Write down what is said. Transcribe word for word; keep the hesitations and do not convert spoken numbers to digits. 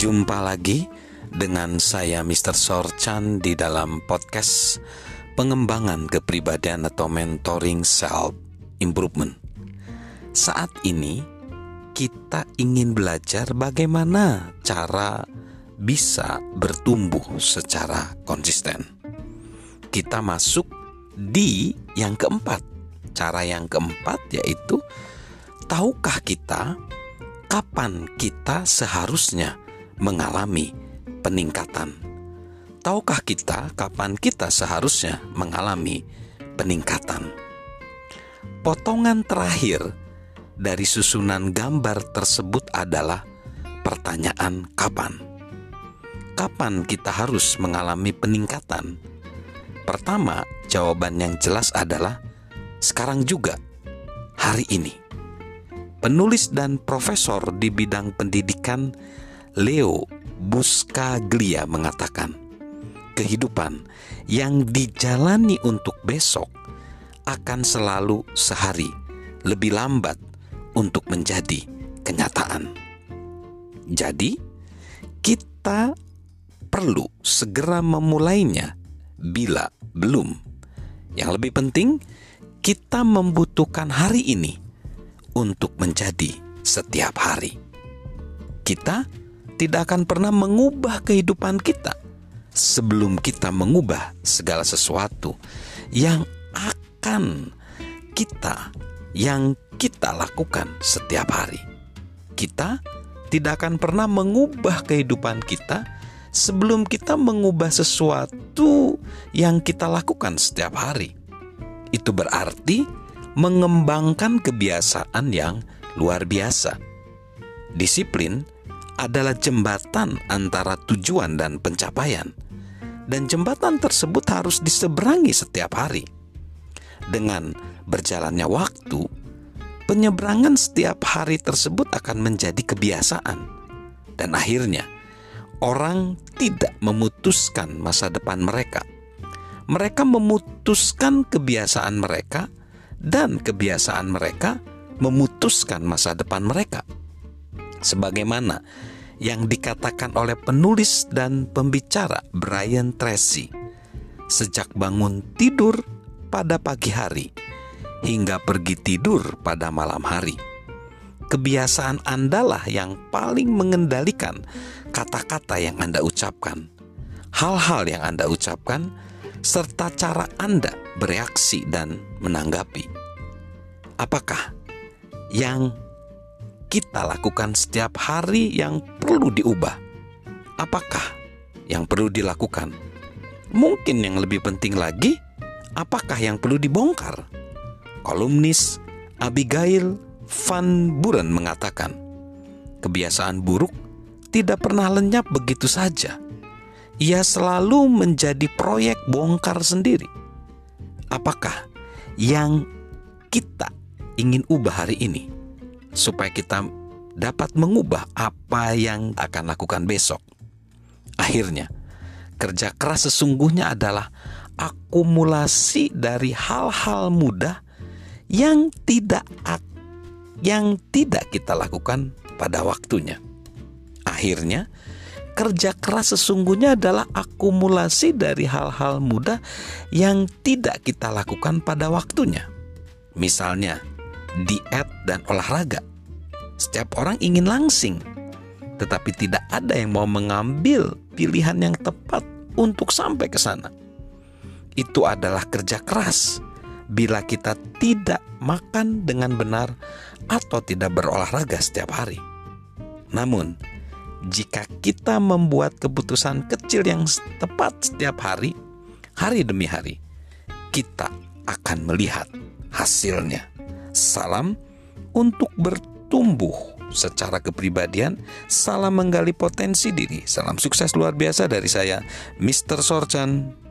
Jumpa lagi dengan saya mister Sorchan di dalam podcast pengembangan kepribadian atau mentoring self improvement. Saat ini kita ingin belajar bagaimana cara bisa bertumbuh secara konsisten. Kita masuk di yang keempat. Cara yang keempat yaitu, tahukah kita kapan kita seharusnya mengalami peningkatan? Tahukah kita kapan kita seharusnya mengalami peningkatan? Potongan terakhir dari susunan gambar tersebut adalah pertanyaan kapan. Kapan kita harus mengalami peningkatan? Pertama, jawaban yang jelas adalah sekarang juga, hari ini. Penulis dan profesor di bidang pendidikan Leo Buscaglia mengatakan, kehidupan yang dijalani untuk besok akan selalu sehari lebih lambat untuk menjadi kenyataan. Jadi, kita perlu segera memulainya bila belum. Yang lebih penting, kita membutuhkan hari ini untuk menjadi setiap hari. Kita tidak akan pernah mengubah kehidupan kita sebelum kita mengubah segala sesuatu yang akan kita yang kita lakukan setiap hari. Kita tidak akan pernah mengubah kehidupan kita sebelum kita mengubah sesuatu yang kita lakukan setiap hari. Itu berarti mengembangkan kebiasaan yang luar biasa. Disiplin adalah jembatan antara tujuan dan pencapaian, dan jembatan tersebut harus diseberangi setiap hari. Dengan berjalannya waktu, penyeberangan setiap hari tersebut akan menjadi kebiasaan, dan akhirnya orang tidak memutuskan masa depan mereka. Mereka memutuskan kebiasaan mereka, dan kebiasaan mereka memutuskan masa depan mereka. Sebagaimana yang dikatakan oleh penulis dan pembicara Brian Tracy, sejak bangun tidur pada pagi hari hingga pergi tidur pada malam hari, kebiasaan Andalah yang paling mengendalikan kata-kata yang Anda ucapkan, hal-hal yang Anda ucapkan, serta cara Anda bereaksi dan menanggapi. Apakah yang kita lakukan setiap hari yang perlu diubah? Apakah yang perlu dilakukan? Mungkin yang lebih penting lagi, apakah yang perlu dibongkar? Kolumnis Abigail Van Buren mengatakan, kebiasaan buruk tidak pernah lenyap begitu saja. Ia selalu menjadi proyek bongkar sendiri. Apakah yang kita ingin ubah hari ini supaya kita dapat mengubah apa yang akan lakukan besok? Akhirnya, kerja keras sesungguhnya adalah akumulasi dari hal-hal mudah yang tidak yang tidak kita lakukan pada waktunya. Akhirnya, kerja keras sesungguhnya adalah akumulasi dari hal-hal mudah yang tidak kita lakukan pada waktunya. Misalnya, diet dan olahraga. Setiap orang ingin langsing, tetapi tidak ada yang mau mengambil pilihan yang tepat untuk sampai ke sana. Itu adalah kerja keras bila kita tidak makan dengan benar atau tidak berolahraga setiap hari. Namun, jika kita membuat keputusan kecil yang tepat setiap hari, hari demi hari, kita akan melihat hasilnya. Salam untuk bertumbuh secara kepribadian, salam menggali potensi diri. Salam sukses luar biasa dari saya, mister Sorchan.